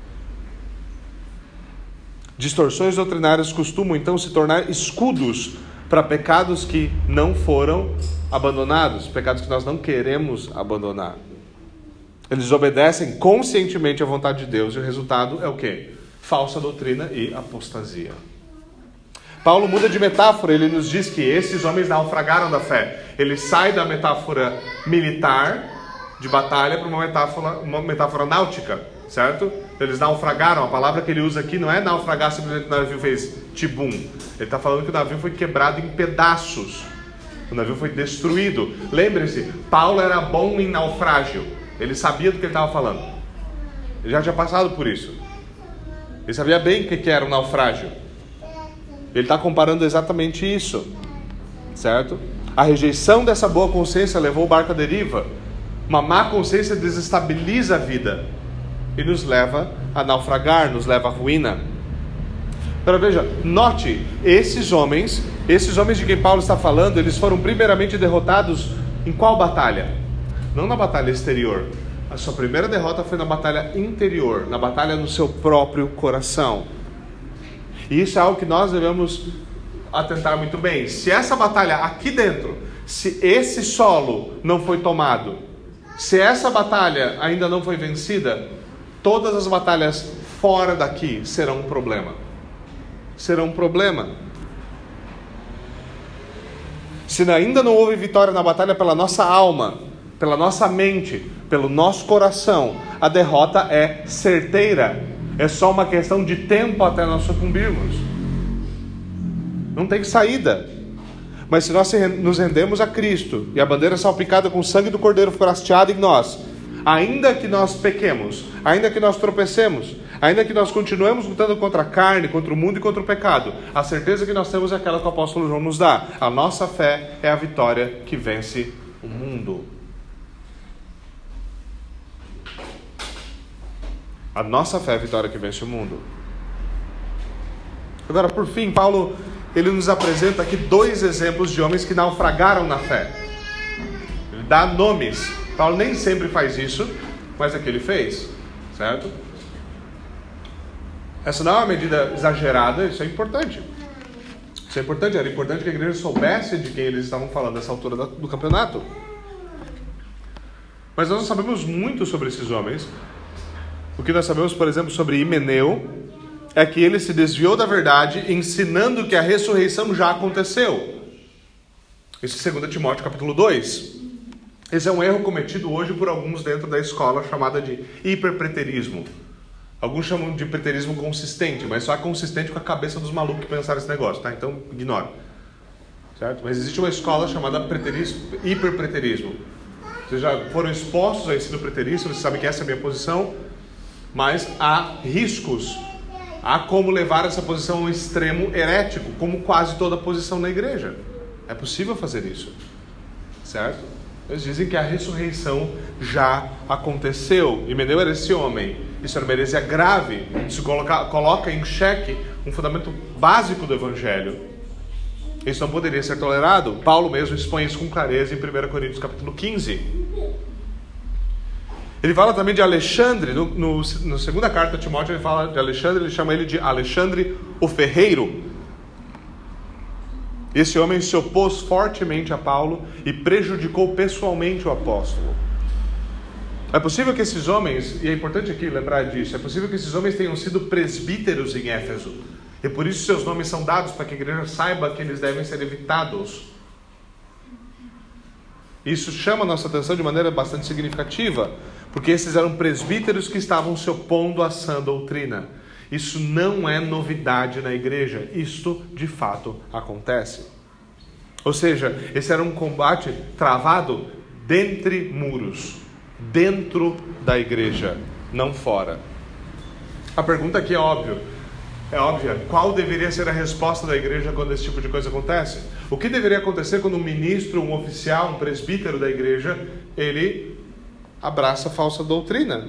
Distorções doutrinárias costumam então se tornar escudos para pecados que não foram abandonados, pecados que nós não queremos abandonar. Eles obedecem conscientemente à vontade de Deus e o resultado é o quê? Falsa doutrina e apostasia. Paulo muda de metáfora, ele nos diz que esses homens naufragaram da fé. Ele sai da metáfora militar de batalha para uma metáfora, uma metáfora náutica, certo? Eles naufragaram, a palavra que ele usa aqui não é naufragar simplesmente o navio fez tibum. Ele está falando que o navio foi quebrado em pedaços. O navio foi destruído. Lembre-se, Paulo era bom em naufrágio. Ele sabia do que ele estava falando. Ele já tinha passado por isso. Ele sabia bem o que era um naufrágio. Ele está comparando exatamente isso, certo? A rejeição dessa boa consciência levou o barco à deriva. Uma má consciência desestabiliza a vida e nos leva a naufragar, nos leva à ruína. Agora veja, note, esses homens, esses homens de quem Paulo está falando, eles foram primeiramente derrotados em qual batalha? Não na batalha exterior. A sua primeira derrota foi na batalha interior, na batalha no seu próprio coração. E isso é algo que nós devemos atentar muito bem. Se essa batalha aqui dentro, se esse solo não foi tomado, se essa batalha ainda não foi vencida, todas as batalhas fora daqui serão um problema. Serão um problema. Se ainda não houve vitória na batalha pela nossa alma, pela nossa mente, pelo nosso coração, a derrota é certeira. É só uma questão de tempo até nós sucumbirmos. Não tem saída. Mas se nós nos rendemos a Cristo e a bandeira salpicada com o sangue do Cordeiro for hasteada em nós, ainda que nós pequemos, ainda que nós tropecemos, ainda que nós continuemos lutando contra a carne, contra o mundo e contra o pecado, a certeza que nós temos é aquela que o apóstolo João nos dá. A nossa fé é a vitória que vence o mundo. A nossa fé é a vitória que vence o mundo. Agora, por fim, Paulo ele nos apresenta aqui dois exemplos de homens que naufragaram na fé. Ele dá nomes. Paulo nem sempre faz isso, mas aqui ele fez, certo? Essa não é uma medida exagerada, isso é importante. Isso é importante, era importante que a igreja soubesse de quem eles estavam falando nessa altura do campeonato. Mas nós não sabemos muito sobre esses homens. O que nós sabemos, por exemplo, sobre Himeneu, é que ele se desviou da verdade, ensinando que a ressurreição já aconteceu. Isso é dois Timóteo capítulo dois. Esse é um erro cometido hoje por alguns dentro da escola chamada de hiperpreterismo. Alguns chamam de preterismo consistente, mas só é consistente com a cabeça dos malucos que pensaram esse negócio, tá? Então ignora. Certo? Mas existe uma escola chamada preterismo, hiperpreterismo. Vocês já foram expostos ao ensino preterista, vocês sabem que essa é a minha posição, mas há riscos. Há como levar essa posição a um extremo herético, como quase toda posição na igreja. É possível fazer isso, certo? Eles dizem que a ressurreição já aconteceu. Himeneu era esse homem. Isso era uma heresia grave. Isso coloca, coloca em xeque um fundamento básico do Evangelho. Isso não poderia ser tolerado. Paulo mesmo expõe isso com clareza em primeira Coríntios capítulo quinze. Ele fala também de Alexandre. No, no, no segunda carta a Timóteo ele fala de Alexandre. Ele chama ele de Alexandre o ferreiro. Esse homem se opôs fortemente a Paulo e prejudicou pessoalmente o apóstolo. É possível que esses homens, e é importante aqui lembrar disso, é possível que esses homens tenham sido presbíteros em Éfeso. E por isso seus nomes são dados para que a igreja saiba que eles devem ser evitados. Isso chama a nossa atenção de maneira bastante significativa, porque esses eram presbíteros que estavam se opondo à sã doutrina. Isso não é novidade na igreja, isto de fato acontece. Ou seja, esse era um combate travado dentre muros, dentro da igreja, não fora. A pergunta aqui é óbvia, é óbvia, qual deveria ser a resposta da igreja quando esse tipo de coisa acontece? O que deveria acontecer quando um ministro, um oficial, um presbítero da igreja, ele abraça a falsa doutrina?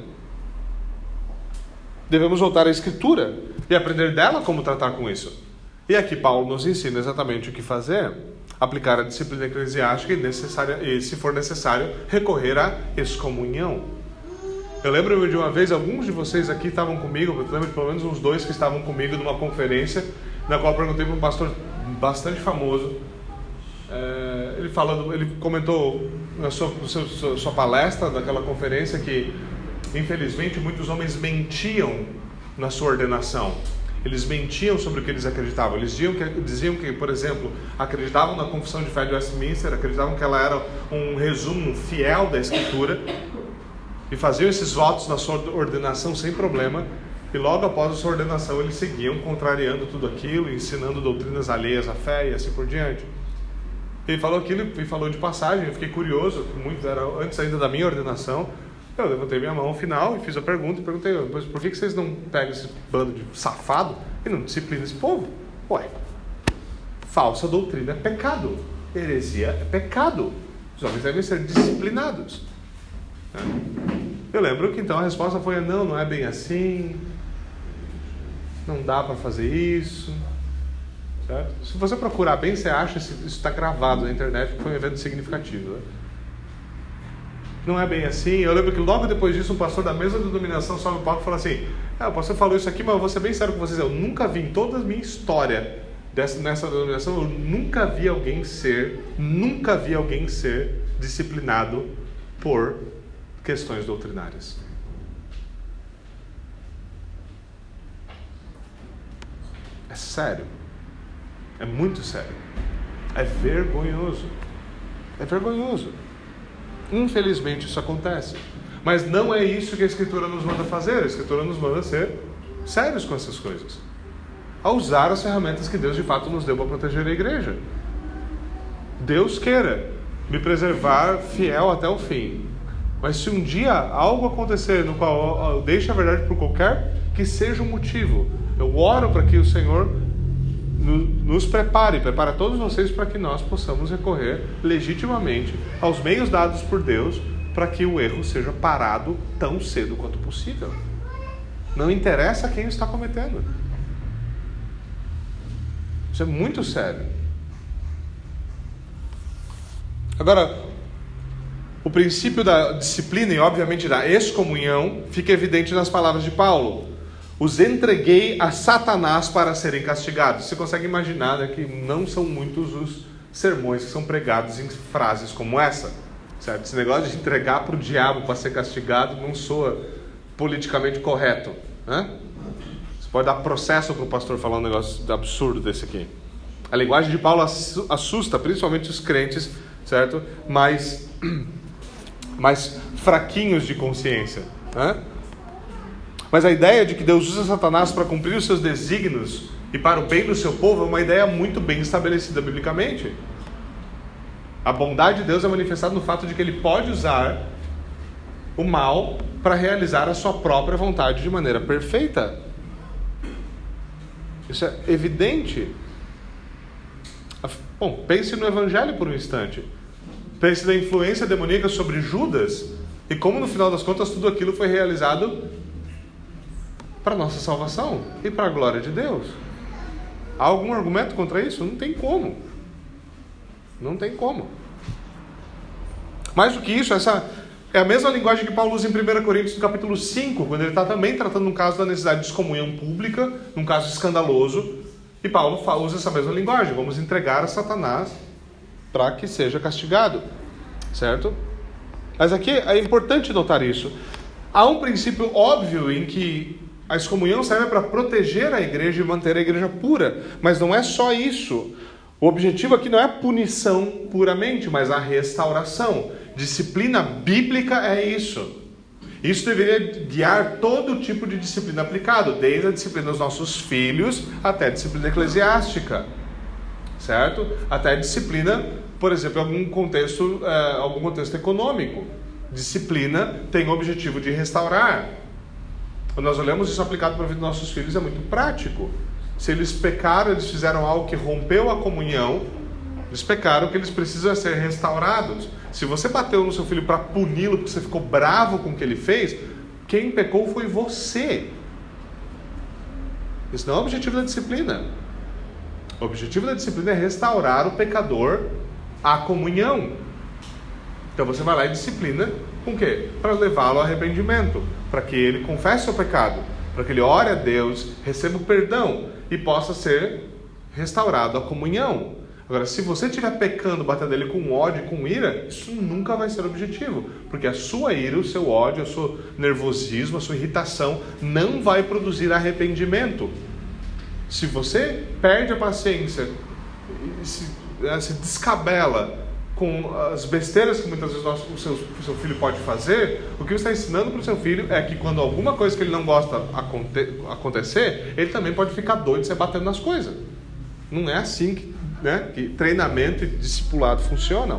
Devemos voltar à Escritura e aprender dela como tratar com isso. E aqui Paulo nos ensina exatamente o que fazer. Aplicar a disciplina eclesiástica e, necessária, e se for necessário, recorrer à excomunhão. Eu lembro de uma vez, alguns de vocês aqui estavam comigo, eu lembro de pelo menos uns dois que estavam comigo numa conferência, na qual eu perguntei para um pastor bastante famoso. É, ele, falando, ele comentou na sua, sua, sua palestra daquela conferência que infelizmente muitos homens mentiam na sua ordenação. Eles mentiam sobre o que eles acreditavam. Eles diziam que, diziam que, por exemplo, acreditavam na Confissão de Fé de Westminster, acreditavam que ela era um resumo fiel da Escritura, e faziam esses votos na sua ordenação sem problema, e logo após a sua ordenação eles seguiam contrariando tudo aquilo, ensinando doutrinas alheias à fé e assim por diante. Ele falou aquilo e falou de passagem, eu fiquei curioso, muito, era antes ainda da minha ordenação. Eu levantei minha mão ao final e fiz a pergunta e perguntei, mas por que vocês não pegam esse bando de safado e não disciplinam esse povo? Ué, falsa doutrina é pecado, heresia é pecado, os homens devem ser disciplinados. Eu lembro que então a resposta foi, não, não é bem assim, não dá para fazer isso, certo? Se você procurar bem, você acha, isso está gravado na internet, que foi um evento significativo, né? Não é bem assim. Eu lembro que logo depois disso um pastor da mesma denominação sobe o palco e fala assim, ah, o pastor falou isso aqui, mas eu vou ser bem sério com vocês, eu nunca vi em toda a minha história dessa, nessa denominação, eu nunca vi alguém ser nunca vi alguém ser disciplinado por questões doutrinárias. É sério, é muito sério, é vergonhoso, é vergonhoso. Infelizmente isso acontece, mas não é isso que a Escritura nos manda fazer. A Escritura nos manda ser sérios com essas coisas, a usar as ferramentas que Deus de fato nos deu para proteger a igreja. Deus queira me preservar fiel até o fim, mas se um dia algo acontecer no qual eu deixe a verdade por qualquer que seja o motivo, eu oro para que o Senhor nos prepare, prepara todos vocês para que nós possamos recorrer legitimamente aos meios dados por Deus para que o erro seja parado tão cedo quanto possível. Não interessa quem está cometendo. Isso é muito sério. Agora, o princípio da disciplina e obviamente da excomunhão fica evidente nas palavras de Paulo. Os entreguei a Satanás para serem castigados. Você consegue imaginar, né, que não são muitos os sermões que são pregados em frases como essa, certo? Esse negócio de entregar para o diabo para ser castigado não soa politicamente correto, né? Você pode dar processo para o pastor falar um negócio absurdo desse aqui. A linguagem de Paulo assusta principalmente os crentes, certo? Mais, mais fraquinhos de consciência, né? Mas a ideia de que Deus usa Satanás para cumprir os seus desígnios e para o bem do seu povo é uma ideia muito bem estabelecida biblicamente. A bondade de Deus é manifestada no fato de que Ele pode usar o mal para realizar a sua própria vontade de maneira perfeita. Isso é evidente. Bom, pense no Evangelho por um instante. Pense na influência demoníaca sobre Judas e como no final das contas tudo aquilo foi realizado para a nossa salvação e para a glória de Deus. Há algum argumento contra isso? Não tem como. Não tem como. Mais do que isso, essa, É a mesma linguagem que Paulo usa em primeira Coríntios, no capítulo cinco, quando ele está também tratando um caso da necessidade de excomunhão pública, num caso escandaloso, e Paulo usa essa mesma linguagem: vamos entregar a Satanás para que seja castigado, certo? Mas aqui é importante notar isso. Há um princípio óbvio em que a excomunhão serve para proteger a igreja e manter a igreja pura, mas não é só isso. O objetivo aqui não é punição puramente, mas a restauração. Disciplina bíblica é isso. Isso deveria guiar todo tipo de disciplina aplicado, desde a disciplina dos nossos filhos até a disciplina eclesiástica, certo? Até a disciplina, por exemplo, em algum contexto, uh, algum contexto econômico. Disciplina tem o objetivo de restaurar. Quando nós olhamos isso aplicado para a vida dos nossos filhos, é muito prático. Se eles pecaram, eles fizeram algo que rompeu a comunhão, eles pecaram, que eles precisam ser restaurados. Se você bateu no seu filho para puni-lo porque você ficou bravo com o que ele fez, quem pecou foi você. Isso não é o objetivo da disciplina. O objetivo da disciplina é restaurar o pecador à comunhão. Então você vai lá e disciplina com o quê? Para levá-lo ao arrependimento, para que ele confesse o pecado, para que ele ore a Deus, receba o perdão e possa ser restaurado à comunhão. Agora, se você estiver pecando, batendo ele com ódio e com ira, isso nunca vai ser o objetivo, porque a sua ira, o seu ódio, o seu nervosismo, a sua irritação não vai produzir arrependimento. Se você perde a paciência e se, se descabela com as besteiras que muitas vezes o, nosso, o, seu, o seu filho pode fazer, o que você está ensinando para o seu filho é que quando alguma coisa que ele não gosta aconte, acontecer, ele também pode ficar doido e você batendo nas coisas. Não é assim que, né, que treinamento e discipulado funcionam.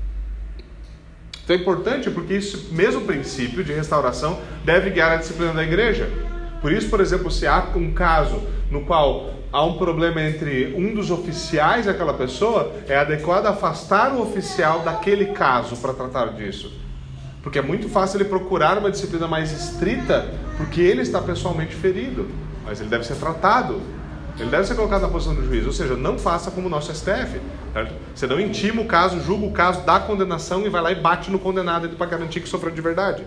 Então é importante porque esse mesmo princípio de restauração deve guiar a disciplina da igreja. Por isso, por exemplo, se há um caso no qual há um problema entre um dos oficiais e aquela pessoa, é adequado afastar o oficial daquele caso para tratar disso. Porque é muito fácil ele procurar uma disciplina mais estrita, porque ele está pessoalmente ferido. Mas ele deve ser tratado. Ele deve ser colocado na posição do juiz. Ou seja, não faça como o nosso S T F. Certo? Você não intima o caso, julga o caso, dá condenação e vai lá e bate no condenado para garantir que sofreu de verdade.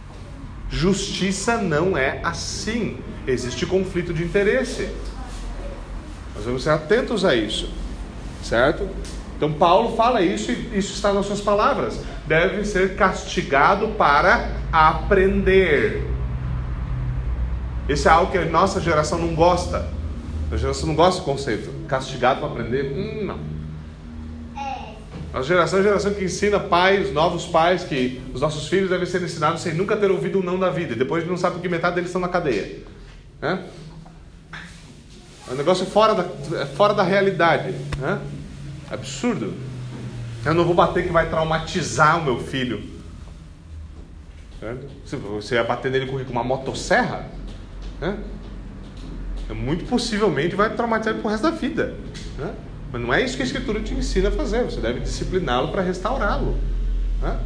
Justiça não é assim. Existe conflito de interesse. Nós vamos ser atentos a isso, certo? Então Paulo fala isso e isso está nas suas palavras. Deve ser castigado para aprender. Esse é algo que a nossa geração não gosta. A geração não gosta do conceito. Castigado para aprender? Hum, não. A geração é a geração que ensina pais, novos pais, que os nossos filhos devem ser ensinados sem nunca ter ouvido um não da vida. E depois não sabe porque metade deles estão na cadeia. É? É um negócio fora da, fora da realidade. Né? Absurdo. Eu não vou bater que vai traumatizar o meu filho. Certo? Você vai bater nele com uma motosserra? Né? Muito possivelmente vai traumatizar ele pro resto da vida. Né? Mas não é isso que a Escritura te ensina a fazer. Você deve discipliná-lo para restaurá-lo. Né?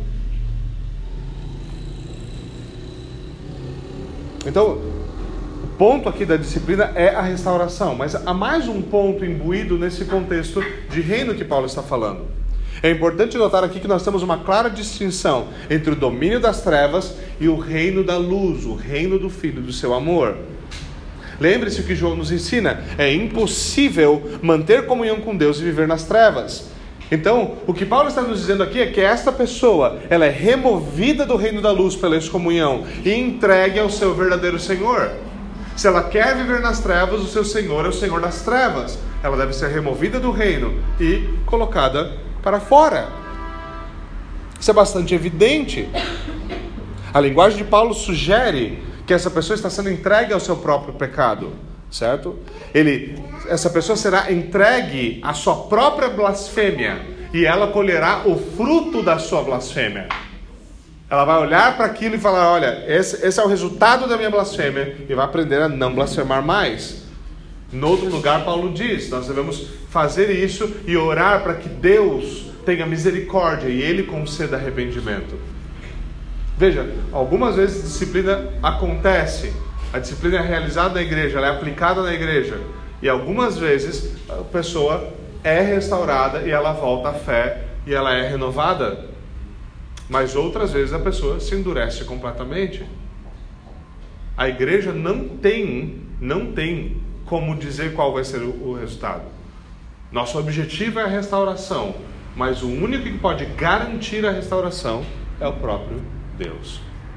Então, o ponto aqui da disciplina é a restauração. Mas há mais um ponto imbuído nesse contexto de reino que Paulo está falando. É importante notar aqui que nós temos uma clara distinção entre o domínio das trevas e o reino da luz, o reino do Filho do seu amor. Lembre-se o que João nos ensina: é impossível manter comunhão com Deus e viver nas trevas. Então, o que Paulo está nos dizendo aqui é que esta pessoa, ela é removida do reino da luz pela excomunhão e entregue ao seu verdadeiro Senhor. Se ela quer viver nas trevas, o seu Senhor é o Senhor das trevas. Ela deve ser removida do reino e colocada para fora. Isso é bastante evidente. A linguagem de Paulo sugere que essa pessoa está sendo entregue ao seu próprio pecado, certo? Ele, essa pessoa será entregue à sua própria blasfêmia e ela colherá o fruto da sua blasfêmia. Ela vai olhar para aquilo e falar: olha, esse, esse é o resultado da minha blasfêmia, e vai aprender a não blasfemar mais. Em outro lugar, Paulo diz: nós devemos fazer isso e orar para que Deus tenha misericórdia e Ele conceda arrependimento. Veja, algumas vezes a disciplina acontece, a disciplina é realizada na igreja, ela é aplicada na igreja, e algumas vezes a pessoa é restaurada e ela volta à fé e ela é renovada. mas outras vezes a pessoa se endurece completamente. A igreja não tem, não tem como dizer qual vai ser o, o resultado. Nosso objetivo é a restauração, mas o único que pode garantir a restauração é o próprio Deus.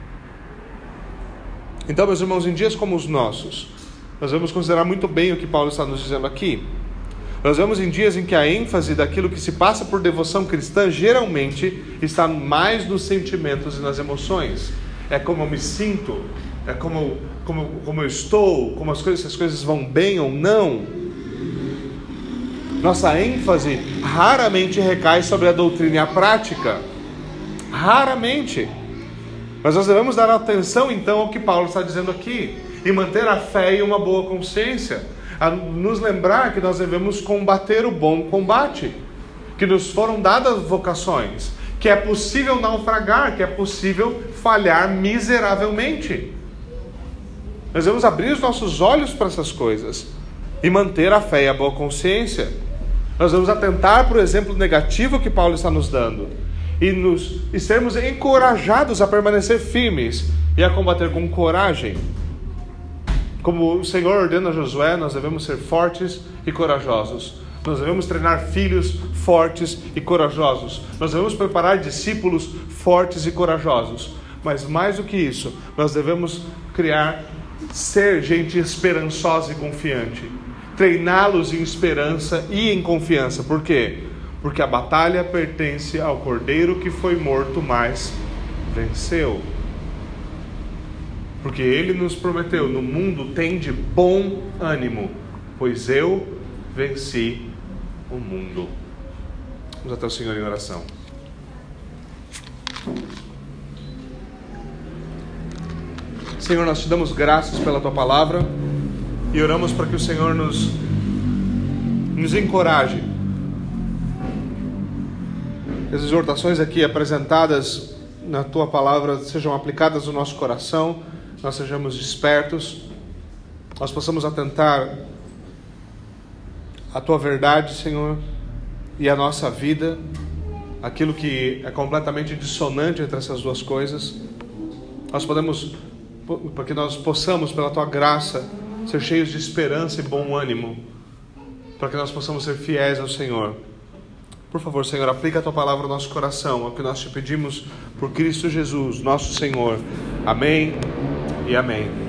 Então, meus irmãos, em dias como os nossos, nós vamos considerar muito bem o que Paulo está nos dizendo aqui. Nós vemos em dias em que a ênfase daquilo que se passa por devoção cristã geralmente está mais nos sentimentos e nas emoções. É como eu me sinto, é como, como, como eu estou, como as coisas, se as coisas vão bem ou não. Nossa ênfase raramente recai sobre a doutrina e a prática. Raramente. Mas nós devemos dar atenção então ao que Paulo está dizendo aqui e manter a fé e uma boa consciência, a nos lembrar que nós devemos combater o bom combate, que nos foram dadas vocações, que é possível naufragar, que é possível falhar miseravelmente. Nós devemos abrir os nossos olhos para essas coisas e manter a fé e a boa consciência. Nós devemos atentar para o exemplo negativo que Paulo está nos dando e, nos, e sermos encorajados a permanecer firmes e a combater com coragem. Como o Senhor ordena a Josué, nós devemos ser fortes e corajosos. Nós devemos treinar filhos fortes e corajosos. Nós devemos preparar discípulos fortes e corajosos. Mas mais do que isso, nós devemos criar, ser gente esperançosa e confiante. Treiná-los em esperança e em confiança. Por quê? Porque a batalha pertence ao Cordeiro que foi morto, mas venceu. Porque Ele nos prometeu: no mundo tende bom ânimo, pois eu venci o mundo. Vamos até o Senhor em oração. Senhor, nós te damos graças pela Tua palavra e oramos para que o Senhor nos, nos encoraje. Que as exortações aqui apresentadas na Tua palavra sejam aplicadas no nosso coração, nós sejamos despertos, nós possamos atentar à Tua verdade, Senhor, e à nossa vida, aquilo que é completamente dissonante entre essas duas coisas. Nós podemos, para que nós possamos, pela Tua graça, ser cheios de esperança e bom ânimo, para que nós possamos ser fiéis ao Senhor. Por favor, Senhor, aplica a Tua palavra no nosso coração, é o que nós te pedimos por Cristo Jesus, nosso Senhor. Amém e amém.